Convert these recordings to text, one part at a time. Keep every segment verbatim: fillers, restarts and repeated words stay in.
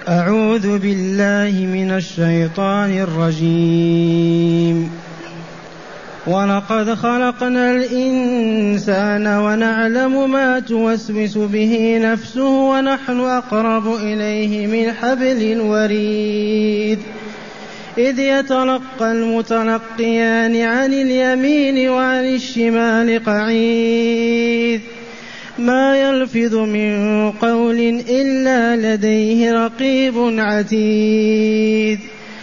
أعوذ بالله من الشيطان الرجيم. ولقد خلقنا الإنسان ونعلم ما توسوس به نفسه ونحن أقرب إليه من حبل الوريد إذ يتلقى المتلقيان عن اليمين وعن الشمال قعيد ما يلفظ من قول إلا لديه رقيب عتيد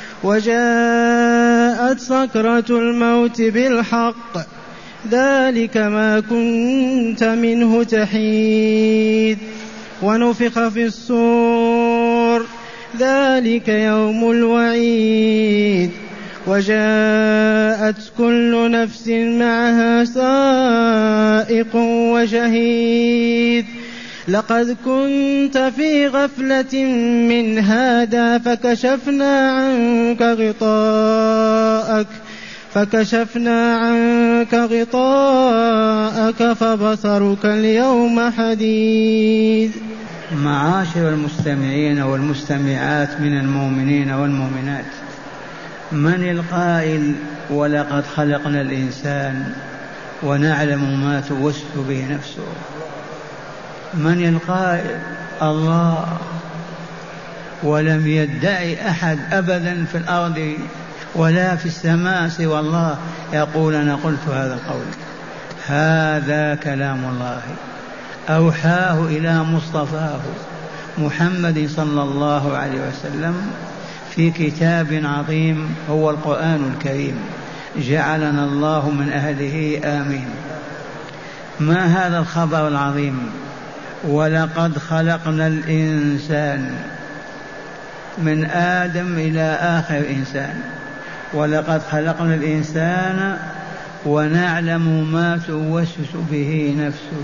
وجاءت سكرة الموت بالحق ذلك ما كنت منه تحيد ونفخ في الصور ذلك يوم الوعيد وجاءت كل نفس معها سائق وشهيد لقد كنت في غفلة من هذا فكشفنا عنك غطاءك فكشفنا عنك غطاءك فبصرك اليوم حديد. معاشر المستمعين والمستمعات من المؤمنين والمؤمنات، من القائل ولقد خلقنا الإنسان ونعلم ما توسوس به نفسه؟ من القائل؟ الله. ولم يدعي أحد أبدا في الأرض ولا في السماء سوى الله يقول أنا قلت هذا القول. هذا كلام الله أوحاه إلى مصطفاه محمد صلى الله عليه وسلم في كتاب عظيم هو القرآن الكريم، جعلنا الله من أهله آمين. ما هذا الخبر العظيم؟ ولقد خلقنا الإنسان من آدم إلى آخر إنسان، ولقد خلقنا الإنسان ونعلم ما توسوس به نفسه.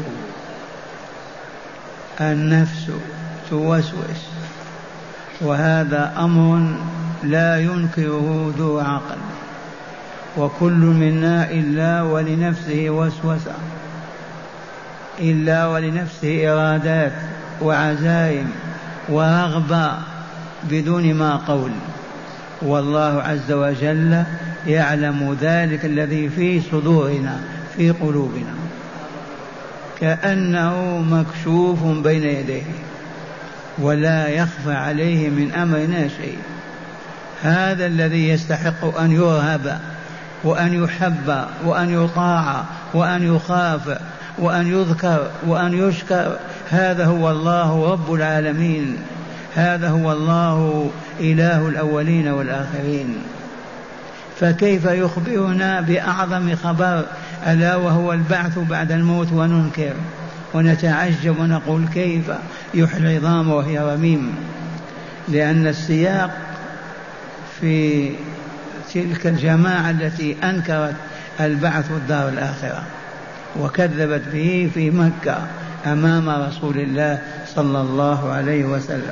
النفس توسوس، وهذا أمر لا ينكره ذو عقل، وكل منا إلا ولنفسه وسوسة، إلا ولنفسه إرادات وعزائم ورغبة بدون ما قول، والله عز وجل يعلم ذلك الذي في صدورنا في قلوبنا كأنه مكشوف بين يديه ولا يخفى عليه من أمرنا شيء. هذا الذي يستحق أن يرهب وأن يحب وأن يطاع وأن يخاف وأن يذكر وأن يشكر. هذا هو الله رب العالمين، هذا هو الله إله الأولين والآخرين. فكيف يخبرنا بأعظم خبر ألا وهو البعث بعد الموت وننكر ونتعجب ونقول كيف يحيي العظام وهي رميم؟ لأن السياق في تلك الجماعة التي أنكرت البعث والدار الآخرة وكذبت به في مكة أمام رسول الله صلى الله عليه وسلم.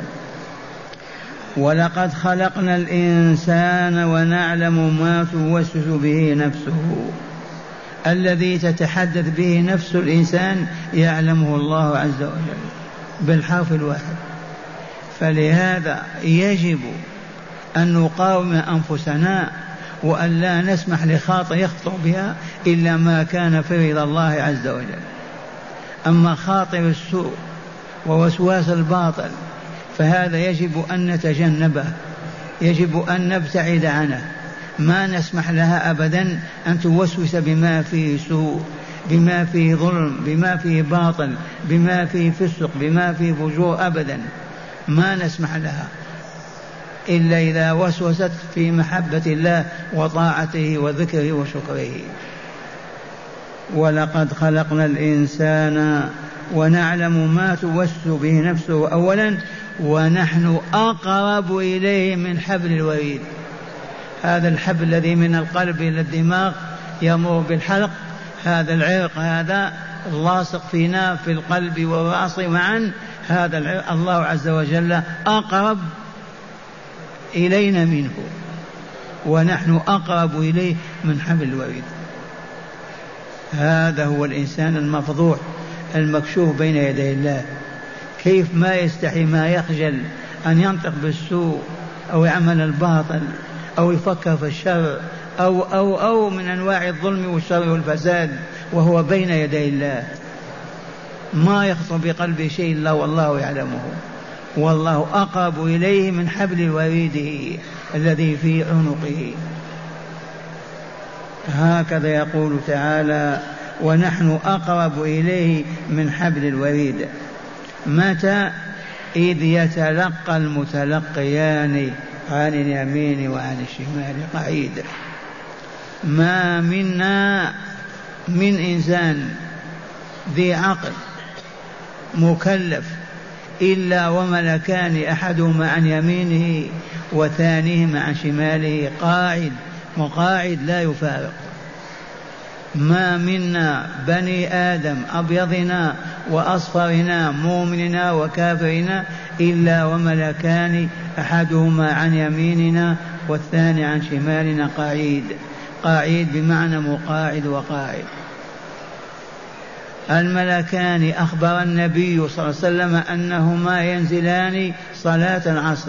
ولقد خلقنا الإنسان ونعلم ما توسوس به نفسه. الذي تتحدث به نفس الإنسان يعلمه الله عز وجل بالحرف الواحد. فلهذا يجب أن نقاوم أنفسنا وأن لا نسمح لخاطر يخطر بها إلا ما كان في رضا الله عز وجل. أما خاطر السوء ووسواس الباطل فهذا يجب أن نتجنبه، يجب أن نبتعد عنه، ما نسمح لها أبدا أن توسوس بما فيه سوء، بما فيه ظلم، بما فيه باطل، بما فيه فسق، بما فيه فجور، أبدا ما نسمح لها إلا إذا وسوست في محبة الله وطاعته وذكره وشكره. ولقد خلقنا الإنسان ونعلم ما توسوس به نفسه أولا، ونحن أقرب إليه من حبل الوريد. هذا الحبل الذي من القلب إلى الدماغ يمر بالحلق، هذا العرق هذا اللاصق فينا في القلب والرأس معا، هذا العرق الله عز وجل أقرب إلينا منه، ونحن أقرب إليه من حبل الوريد. هذا هو الإنسان المفضوح المكشوف بين يدي الله. كيف ما يستحي ما يخجل أن ينطق بالسوء أو يعمل الباطل أو يفكر في الشر أو أو أو من أنواع الظلم والشر والفساد وهو بين يدي الله، ما يخطر بقلبه شيء إلا والله يعلمه، والله أقرب إليه من حبل وريده الذي في عنقه. هكذا يقول تعالى: ونحن أقرب إليه من حبل الوريد. متى؟ إذ يتلقى المتلقيان عن اليمين وعن الشمال قعيد. ما منا من إنسان ذي عقل مكلف إلا وملكان أحدهما عن يمينه وثانيهما عن شماله قاعد مقاعد لا يفارق. ما منا بني آدم أبيضنا وأصفرنا مؤمننا وكافرنا إلا وملكان أحدهما عن يميننا والثاني عن شمالنا قاعد. قاعد بمعنى مقاعد وقاعد. الملكان أخبر النبي صلى الله عليه وسلم أنهما ينزلان صلاة العصر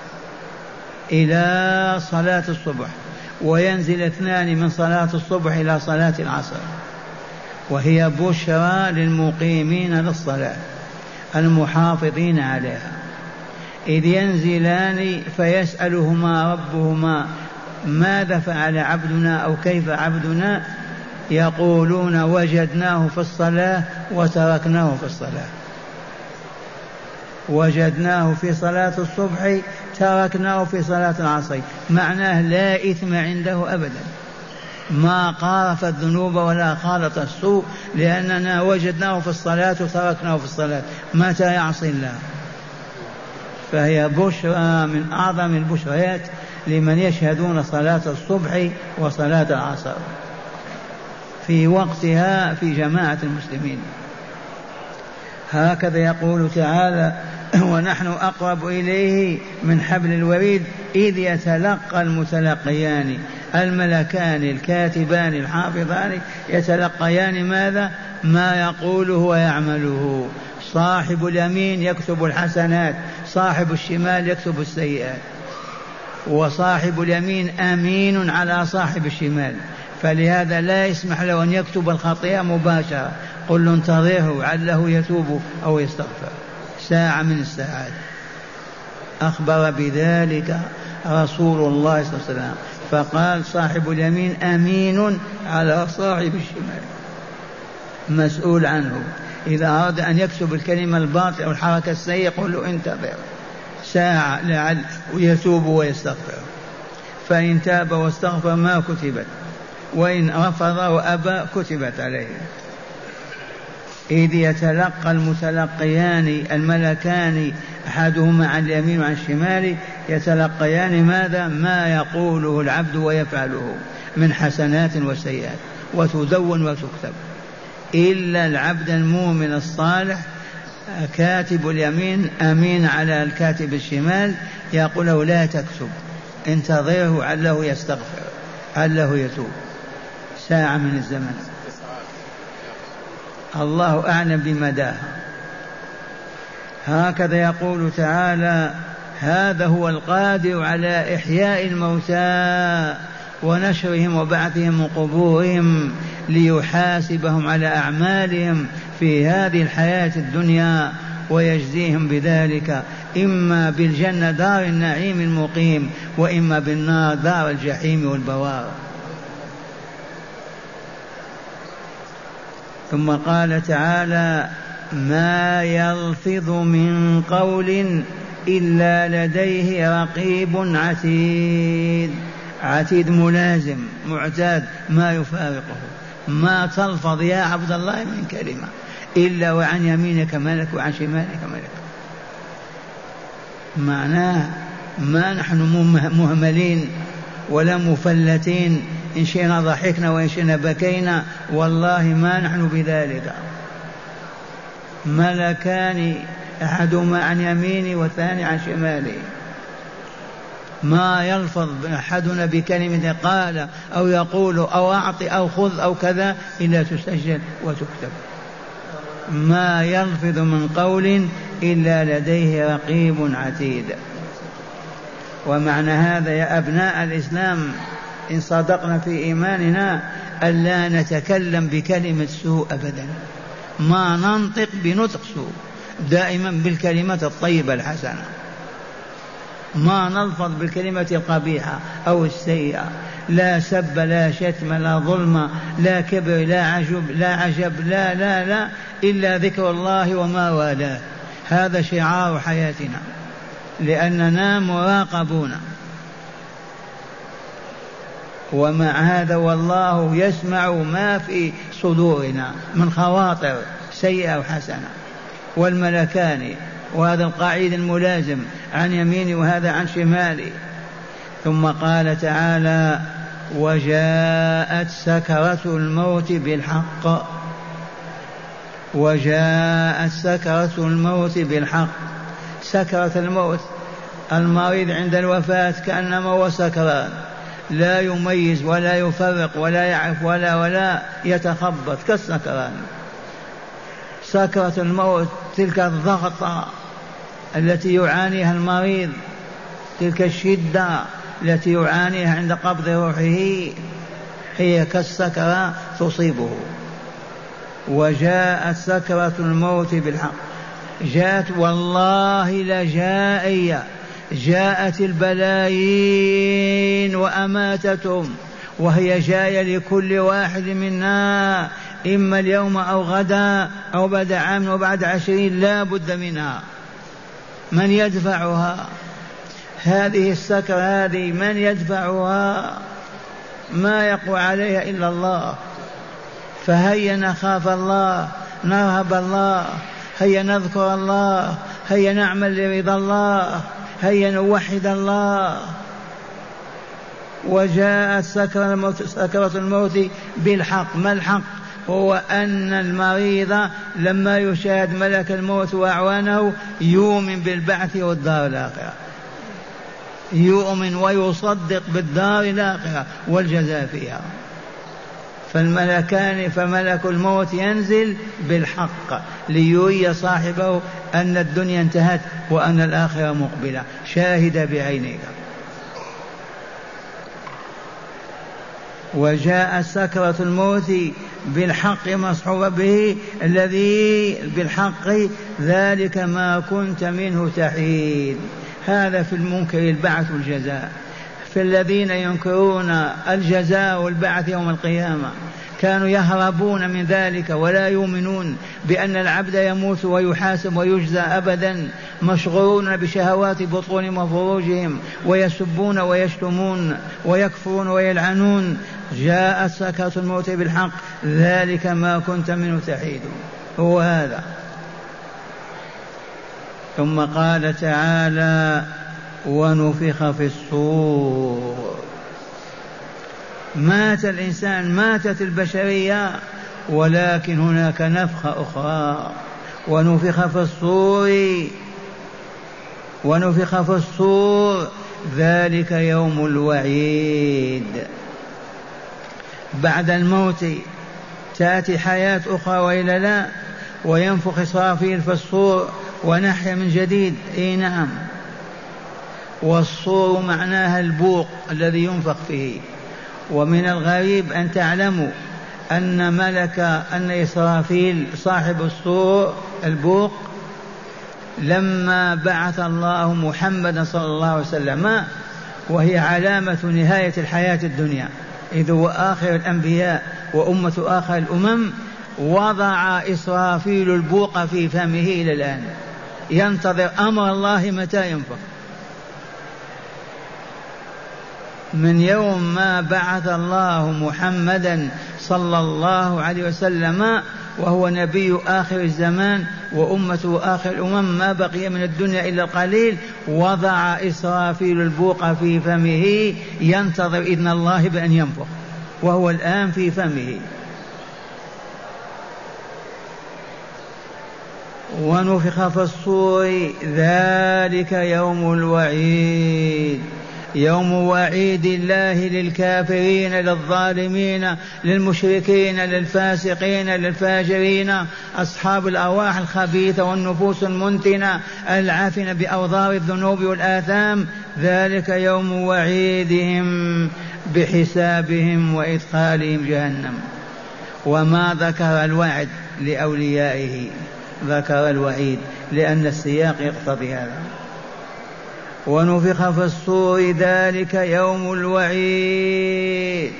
إلى صلاة الصبح، وينزل اثنان من صلاة الصبح إلى صلاة العصر، وهي بشرى للمقيمين للصلاة المحافظين عليها. إذ ينزلان فيسألهما ربهما ماذا فعل عبدنا أو كيف عبدنا، يقولون وجدناه في الصلاة وتركناه في الصلاة. وجدناه في صلاة الصبح تركناه في صلاة العصر، معناه لا إثم عنده أبدا، ما قارف الذنوب ولا خالط السوء، لأننا وجدناه في الصلاة وتركناه في الصلاة. متى يعصي الله؟ فهي بشرى من أعظم البشريات لمن يشهدون صلاة الصبح وصلاة العصر في وقتها في جماعة المسلمين. هكذا يقول تعالى: ونحن أقرب إليه من حبل الوريد إذ يتلقى المتلقيان، الملكان الكاتبان الحافظان يتلقيان ماذا؟ ما يقوله ويعمله. صاحب اليمين يكتب الحسنات، صاحب الشمال يكتب السيئات. وصاحب اليمين أمين على صاحب الشمال، فلهذا لا يسمح له أن يكتب الخطيئة مباشرة، قل انتظره عله يتوب أو يستغفر ساعة من الساعات. أخبر بذلك رسول الله صلى الله عليه وسلم فقال: صاحب اليمين أمين على صاحب الشمال، مسؤول عنه. إذا أراد أن يكتب الكلمة الباطلة أو الحركة السيئة قل له انتظر ساعة لعل يتوب ويستغفر، فإن تاب واستغفر ما كتبت، وإن رفض وأبى كتبت عليه. إذ يتلقى المتلقيان الملكان أحدهما عن اليمين وعن الشمال يتلقيان ماذا؟ ما يقوله العبد ويفعله من حسنات وسيئات، وتدون وتكتب، إلا العبد المؤمن الصالح كاتب اليمين أمين على الكاتب الشمال، يقول له لا تكتب، انتظره عله يستغفر عله يتوب ساعة من الزمن. الله أعلم بمداها. هكذا يقول تعالى: هذا هو القادر على إحياء الموتى ونشرهم وبعثهم من قبورهم ليحاسبهم على أعمالهم في هذه الحياة الدنيا ويجزيهم بذلك، إما بالجنة دار النعيم المقيم، وإما بالنار دار الجحيم والبوار. ثم قال تعالى: ما يلفظ من قول إلا لديه رقيب عتيد. عتيد ملازم معتاد ما يفارقه. ما تلفظ يا عبد الله من كلمة إلا وعن يمينك ملك وعن شمالك ملك. معناه ما نحن مهملين ولا مفلتين، إن شئنا ضحكنا وإن شئنا بكينا، والله ما نحن بذلك. ملكان أحدهما عن يميني والثاني عن شمالي. ما يلفظ أحدنا بكلمة قال أو يقول أو أعطي أو خذ أو كذا إلا تسجل وتكتب. ما يلفظ من قول إلا لديه رقيب عتيد. ومعنى هذا يا أبناء الإسلام إن صدقنا في إيماننا ألا نتكلم بكلمة سوء أبدا، ما ننطق بنطق سوء، دائما بالكلمة الطيبة الحسنة، ما نلفظ بالكلمة القبيحة أو السيئة، لا سب لا شتم لا ظلم لا كبر لا عجب لا عجب لا لا لا إلا ذكر الله وما والاه. هذا شعار حياتنا لأننا مراقبون. ومع هذا والله يسمع ما في صدورنا من خواطر سيئة وحسنة، والملكان، وهذا القاعد الملازم عن يميني وهذا عن شمالي. ثم قال تعالى وجاءت سكرة الموت بالحق. وجاءت سكرة الموت بالحق. سكرة الموت، المريض عند الوفاة كأنما هو سكران، لا يميز ولا يفرق ولا يعرف ولا ولا يتخبط كالسكران. سكرة الموت تلك الضغطة التي يعانيها المريض، تلك الشدة التي يعانيها عند قبض روحه، هي كالسكرة تصيبه. وجاءت سكرة الموت بالحق. جاءت والله لجائية، جاءت البلايين وأماتتهم، وهي جاية لكل واحد منا إما اليوم أو غدا أو بعد عام وبعد عشرين، لا بد منها. من يدفعها؟ هذه السكرة هذه من يدفعها؟ ما يقوى عليها إلا الله. فهيا نخاف الله، نرهب الله، هيا نذكر الله، هيا نعمل لرضا الله، هيا نوحد الله. وجاءت سكرة الموت, سكرة الموت بالحق. ما الحق؟ هو أن المريض لما يشاهد ملك الموت وأعوانه يؤمن بالبعث والدار الآخرة، يؤمن ويصدق بالدار الآخرة والجزاء فيها. فالملكان، فملك الموت ينزل بالحق ليري صاحبه أن الدنيا انتهت وأن الآخرة مقبلة، شاهد بعينيك. وجاء سكرة الموت بالحق مصحوب به الذي بالحق ذلك ما كنت منه تحيد. هذا في المنكر البعث والجزاء. في الذين ينكرون الجزاء والبعث يوم القيامة كانوا يهربون من ذلك ولا يؤمنون بأن العبد يموت ويحاسب ويجزى أبدا، مشغولون بشهوات بطونهم وفروجهم ويسبون ويشتمون ويكفرون ويلعنون. جاءت سكرة الموت بالحق ذلك ما كنت منه تحيد. هو هذا. ثم قال تعالى ونفخ في الصور. مات الإنسان، ماتت البشرية، ولكن هناك نفخة أخرى. ونفخ في الصور. ونفخ في الصور ذلك يوم الوعيد. بعد الموت تأتي حياة أخرى وإلا لا؟ وينفخ إسرافيل في الصور ونحيا من جديد. إيه نعم. والصور معناها البوق الذي ينفخ فيه. ومن الغريب أن تعلموا أن ملك أن إسرافيل صاحب الصور البوق لما بعث الله محمدا صلى الله عليه وسلم، وهي علامة نهاية الحياة الدنيا إذ هو آخر الأنبياء وأمة آخر الأمم، وضع إسرافيل البوق في فمه إلى الآن ينتظر أمر الله متى ينفخ. من يوم ما بعث الله محمدا صلى الله عليه وسلم وهو نبي آخر الزمان وأمته آخر الأمم، ما بقي من الدنيا إلا القليل، وضع إسرافيل البوق في فمه ينتظر إذن الله بأن ينفخ، وهو الآن في فمه. ونفخ في الصور ذلك يوم الوعيد. يوم وعيد الله للكافرين للظالمين للمشركين للفاسقين للفاجرين أصحاب الأرواح الخبيثة والنفوس المنتنة العافنة بأوضار الذنوب والآثام. ذلك يوم وعيدهم بحسابهم وإدخالهم جهنم. وما ذكر الوعد لأوليائه، ذكر الوعيد لأن السياق يقتضي هذا. ونفخ في الصور ذلك يوم الوعيد.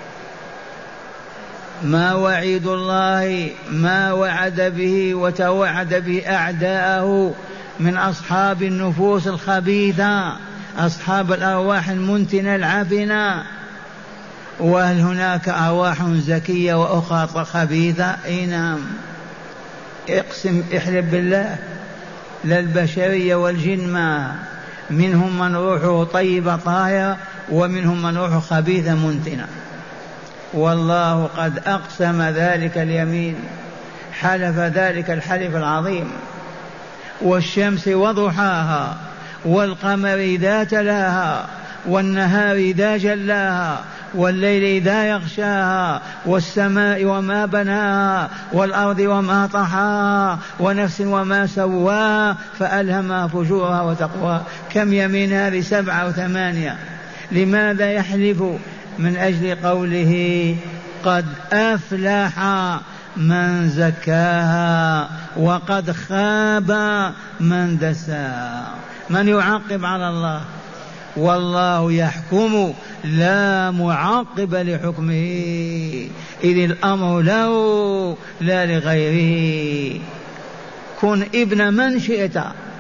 ما وعيد الله ما وعد به وتوعد به أعداءه من أصحاب النفوس الخبيثة أصحاب الأرواح المنتنة العفنة. وهل هناك أرواح زكية وأخرى خبيثة؟ أي نعم. اقسم احلف بالله للبشرية والجن ما منهم من روحه طيبة طاهرة ومنهم من روحه خبيثة منتنة. والله قد أقسم ذلك اليمين، حلف ذلك الحلف العظيم. والشمس وضحاها والقمر إذا تلاها والنهار إذا جلاها والليل إذا يغشاها والسماء وما بناها والأرض وما طحاها ونفس وما سواها فألهمها فجورها وتقواها. كم يمين هذه؟ سبعة وثمانية. لماذا يحلف؟ من أجل قوله قد أفلح من زكاها وقد خاب من دساها. من يعقب على الله؟ والله يحكم لا معقب لحكمه إذ الأمر له لا لغيره. كن ابن من شئت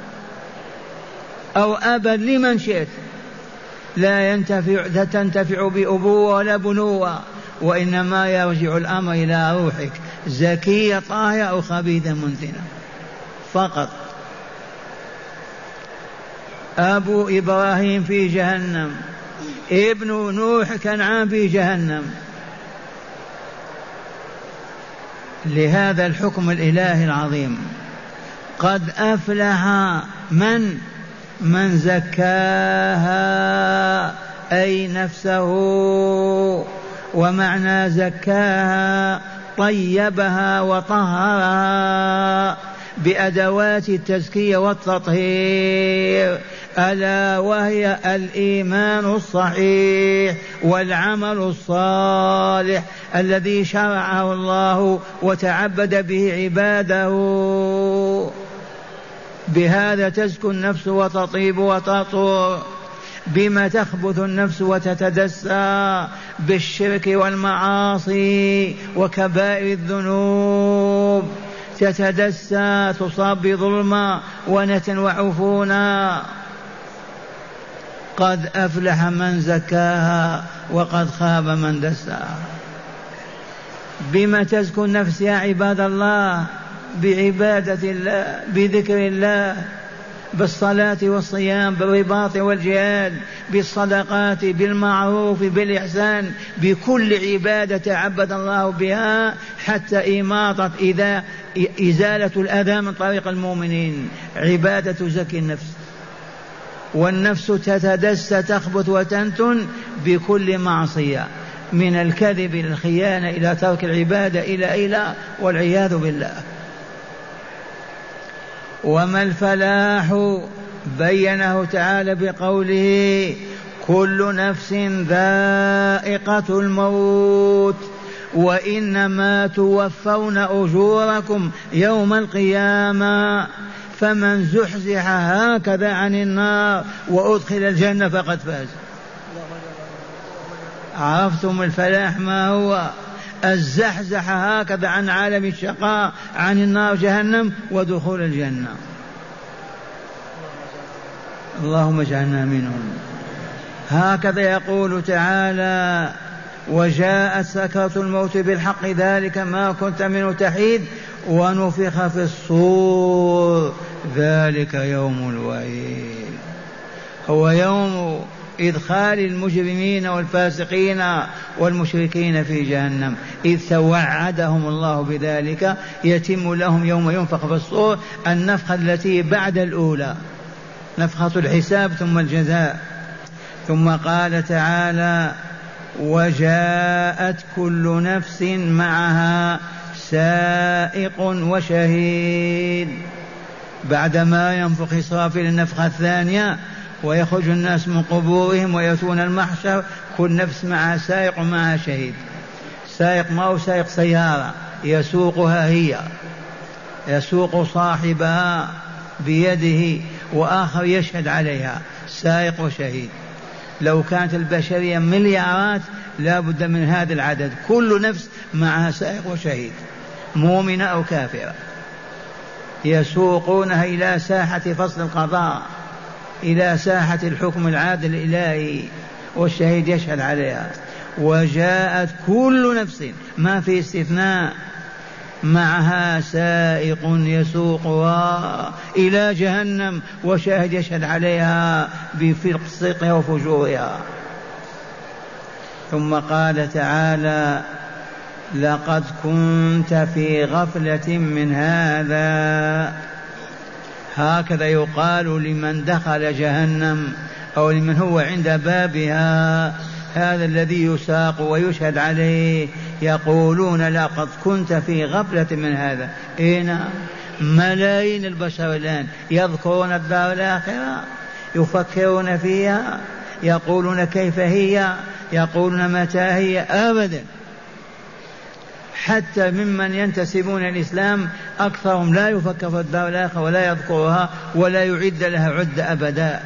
أو أبا لمن شئت، لا ينتفع لا تنتفع بأبوة ولا بنوة، وإنما يرجع الأمر إلى روحك زكية طاهرة أو خبيثة منتنة فقط. أبو إبراهيم في جهنم، ابن نوح كنعان في جهنم. لهذا الحكم الإلهي العظيم قد أفلح من من زكاها أي نفسه. ومعنى زكاها طيبها وطهرها بأدوات التزكية والتطهير، ألا وهي الإيمان الصحيح والعمل الصالح الذي شرعه الله وتعبد به عباده. بهذا تزكو النفس وتطيب وتطهر. بما تخبث النفس وتتدسى؟ بالشرك والمعاصي وكبائر الذنوب تتدسى، تصاب بظلم ونتن وعفونا. قد أفلح من زكاها وقد خاب من دساها. بما تزكو النفس يا عباد الله؟ بعبادة الله، بذكر الله، بالصلاة والصيام، بالرباط والجهاد، بالصدقات، بالمعروف، بالإحسان، بكل عبادة تعبد الله بها حتى إماطة إذا إزالة الأذى من طريق المؤمنين. عبادة تزكي النفس. والنفس تتدسى تخبث وتنتن بكل معصية، من الكذب إلى الخيانة إلى ترك العبادة إلى إلى والعياذ بالله. وما الفلاح؟ بينه تعالى بقوله كل نفس ذائقة الموت وإنما توفون أجوركم يوم القيامة فمن زحزح هكذا عن النار وأدخل الجنة فقد فاز. عرفتم الفلاح ما هو؟ الزحزح هكذا عن عالم الشقاء، عن النار جهنم، ودخول الجنة. اللهم اجعلنا منهم. هكذا يقول تعالى وجاءت سكرة الموت بالحق ذلك ما كنت منه تحيد ونفخ في الصور ذلك يوم الوعيد. هو يوم إدخال المجرمين والفاسقين والمشركين في جهنم، إذ توعدهم الله بذلك. يتم لهم يوم ينفخ في الصور النفخة التي بعد الأولى، نفخة الحساب ثم الجزاء. ثم قال تعالى وجاءت كل نفس معها سائق وشهيد. بعدما ينفخ إسرافيل النفخة الثانية ويخرج الناس من قبورهم ويأتون المحشر، كل نفس معها سائق ومعها شهيد. سائق ما هو سائق سيارة يسوقها هي، يسوق صاحبها بيده وآخر يشهد عليها، سائق وشهيد. لو كانت البشرية مليارات لا بد من هذا العدد، كل نفس معها سائق وشهيد، مؤمنة أو كافرة، يسوقونها إلى ساحة فصل القضاء، إلى ساحة الحكم العادل الإلهي، والشهيد يشهد عليها. وجاءت كل نفس ما في استثناء معها سائق يسوقها إلى جهنم وشاهد يشهد عليها بفسقها وفجورها. ثم قال تعالى لقد كنت في غفلة من هذا. هكذا يقال لمن دخل جهنم أو لمن هو عند بابها، هذا الذي يساق ويشهد عليه، يقولون لقد كنت في غفلة من هذا. إيه؟ ملايين البشر الآن يذكرون الدار الآخرة، يفكرون فيها، يقولون كيف هي، يقولون متى هي. أبدا، حتى ممن ينتسبون الإسلام أكثرهم لا يفكر في الدار الآخرة ولا يذكرها ولا يعد لها عدة أبدا.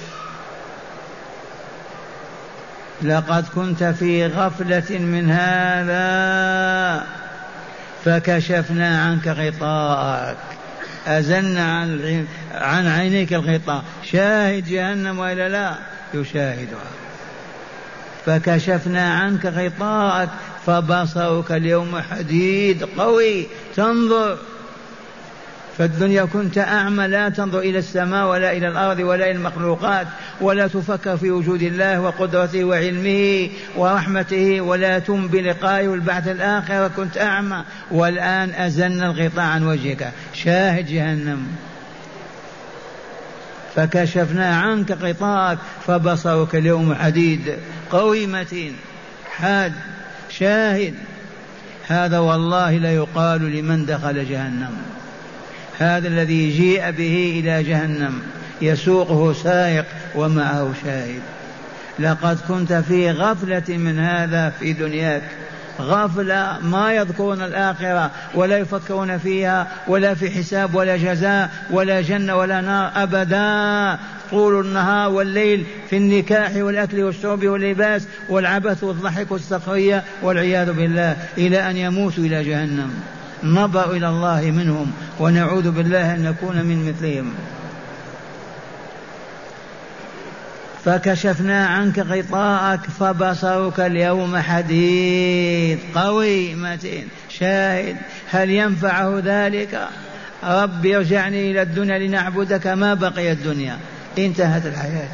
لقد كنت في غفلة من هذا فكشفنا عنك غطاءك، أزلنا عن, عن عينيك الغطاء. شاهد جهنم وإلا لا؟ يشاهدها. فكشفنا عنك غطاءك فبصرك اليوم حديد قوي تنظر. فالدنيا كنت أعمى، لا تنظر إلى السماء ولا إلى الأرض ولا إلى المخلوقات، ولا تفكر في وجود الله وقدرته وعلمه ورحمته، ولا تؤمن بلقائه والبعث الآخر، كنت أعمى. والآن أزلنا الغطاء عن وجهك، شاهد جهنم. فكشفنا عنك غطاءك فبصرك اليوم حديد قوي متين حاد شاهد. هذا والله لا يقال لمن دخل جهنم. هذا الذي جيء به إلى جهنم يسوقه سائق ومعه شاهد. لقد كنت في غفلة من هذا في دنياك، غفلة، ما يذكرون الآخرة ولا يفكرون فيها ولا في حساب ولا جزاء ولا جنة ولا نار أبدا. طول النهار والليل في النكاح والأكل والشرب واللباس والعبث والضحك والسخرية والعياذ بالله، إلى أن يموتوا إلى جهنم. نظر إلى الله منهم ونعوذ بالله أن نكون من مثلهم. فكشفنا عنك غطاءك فبصرك اليوم حديد قوي متين شاهد. هل ينفعه ذلك؟ رب ارجعني إلى الدنيا لنعبدك، ما بقي الدنيا، انتهت الحياة.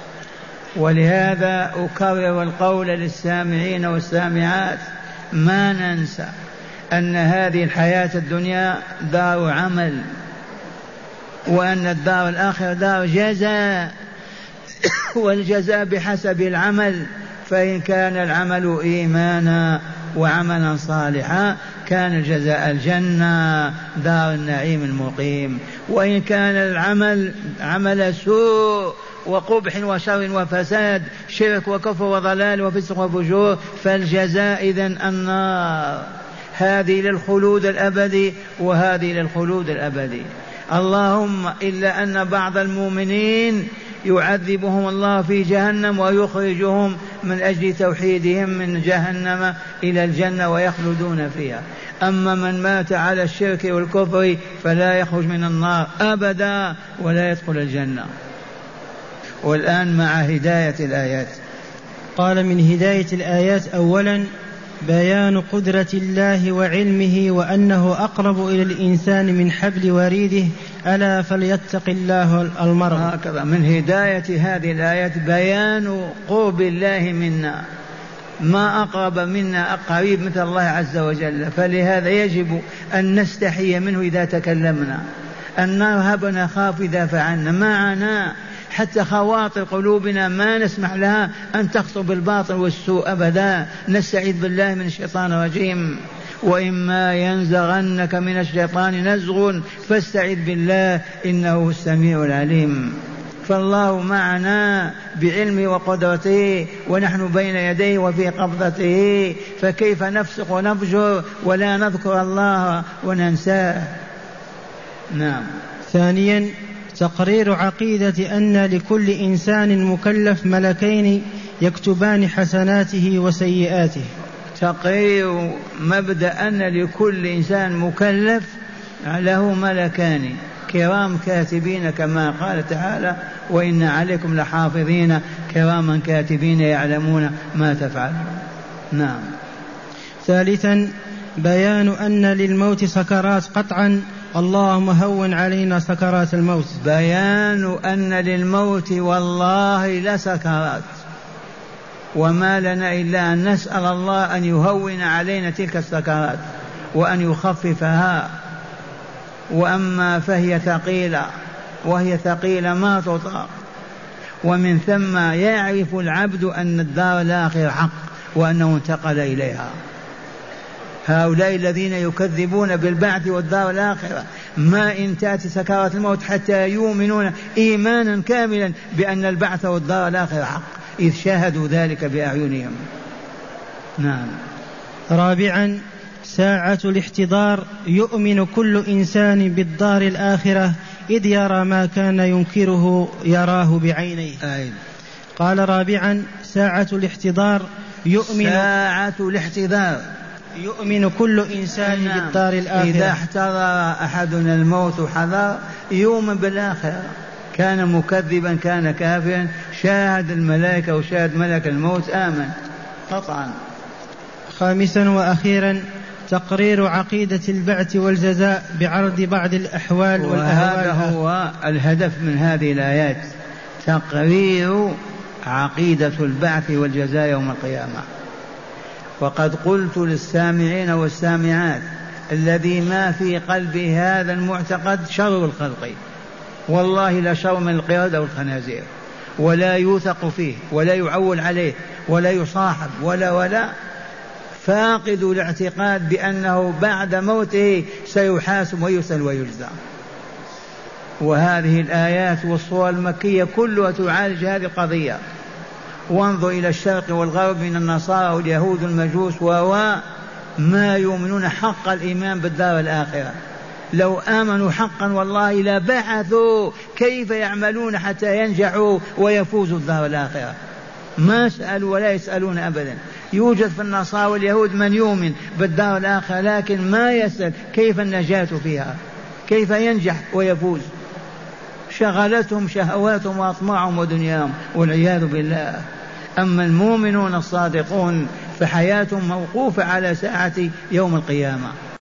ولهذا أكرر القول للسامعين والسامعات، ما ننسى أن هذه الحياة الدنيا دار عمل، وأن الدار الآخرة دار جزاء، والجزاء بحسب العمل. فإن كان العمل إيمانا وعملا صالحا كان الجزاء الجنة دار النعيم المقيم، وإن كان العمل عمل سوء وقبح وشر وفساد، شرك وكفر وضلال وفسق وفجور، فالجزاء إذن النار. هذه للخلود الأبدي وهذه للخلود الأبدي. اللهم إلا أن بعض المؤمنين يعذبهم الله في جهنم ويخرجهم من أجل توحيدهم من جهنم إلى الجنة ويخلدون فيها. أما من مات على الشرك والكفر فلا يخرج من النار أبدا ولا يدخل الجنة. والآن مع هداية الآيات. قال من هداية الآيات أولا بيان قدرة الله وعلمه وأنه أقرب إلى الإنسان من حبل وريده، ألا فليتق الله المرء. هكذا من هداية هذه الآيات بيان قرب الله منا، ما أقرب منا قريب مثل الله عز وجل. فلهذا يجب أن نستحي منه إذا تكلمنا، أن نرهب نخاف إذا فعلنا معنا، حتى خواطر قلوبنا ما نسمح لها أن تخطر بالباطل والسوء أبدا. نستعيذ بالله من الشيطان الرجيم. وإما ينزغنك من الشيطان نزغ فاستعذ بالله إنه السميع العليم. فالله معنا بعلمه وقدرته ونحن بين يديه وفي قبضته، فكيف نفسق ونفجر ولا نذكر الله وننساه؟ نعم. ثانيا تقرير عقيدة أن لكل إنسان مكلف ملكين يكتبان حسناته وسيئاته. تقرير مبدأ أن لكل إنسان مكلف له ملكان كرام كاتبين كما قال تعالى وإن عليكم لحافظين كراما كاتبين يعلمون ما تفعلون. نعم. ثالثا بيان أن للموت سكرات قطعا، اللهم هون علينا سكرات الموت. بيان أن للموت والله لسكرات، وما لنا إلا أن نسأل الله أن يهون علينا تلك السكرات وأن يخففها. وأما فهي ثقيلة، وهي ثقيلة ما تطاق. ومن ثم يعرف العبد أن الدار الآخرة حق وأنه انتقل إليها. هؤلاء الذين يكذبون بالبعث والدار الآخرة ما إن تأتي سكرات الموت حتى يؤمنون إيمانا كاملا بأن البعث والدار الآخرة حق، إذ شاهدوا ذلك بأعينهم. نعم. رابعا ساعة الاحتضار، يؤمن كل إنسان بالدار الآخرة إذ يرى ما كان ينكره يراه بعينيه. آه. قال رابعا ساعة الاحتضار يؤمن ساعة الاحتضار يؤمن كل إنسان نعم. بالدار الآخرة. إذا احتضر أحدنا الموت وحضر يؤمن بالآخرة، كان مكذبا كان كافرا، شاهد الملائكة وشاهد ملك الموت آمن قطعا. خامسا وأخيرا تقرير عقيدة البعث والجزاء بعرض بعض الأحوال والأهوال. وهذا هو الهدف من هذه الآيات، تقرير عقيدة البعث والجزاء يوم القيامة. وقد قلت للسامعين والسامعات الذي ما في قلبه هذا المعتقد شر الخلق، والله لا شر من القردة والخنازير، ولا يوثق فيه ولا يعول عليه ولا يصاحب ولا ولا فاقد الاعتقاد بأنه بعد موته سيحاسب ويسأل ويجزى. وهذه الآيات والصور المكية كلها تعالج هذه القضية. وانظر إلى الشرق والغرب من النصارى واليهود والمجوس وما يؤمنون حق الإيمان بالدار الآخرة. لو آمنوا حقا والله لا بعثوا كيف يعملون حتى ينجحوا ويفوزوا الدار الآخرة. ما سألوا ولا يسألون أبدا. يوجد في النصارى واليهود من يؤمن بالدار الآخرة لكن ما يسأل كيف النجاة فيها، كيف ينجح ويفوز. شغلتهم شهواتهم وأطماعهم ودنياهم والعياذ بالله. أما المؤمنون الصادقون فحياتهم موقوفة على ساعة يوم القيامة.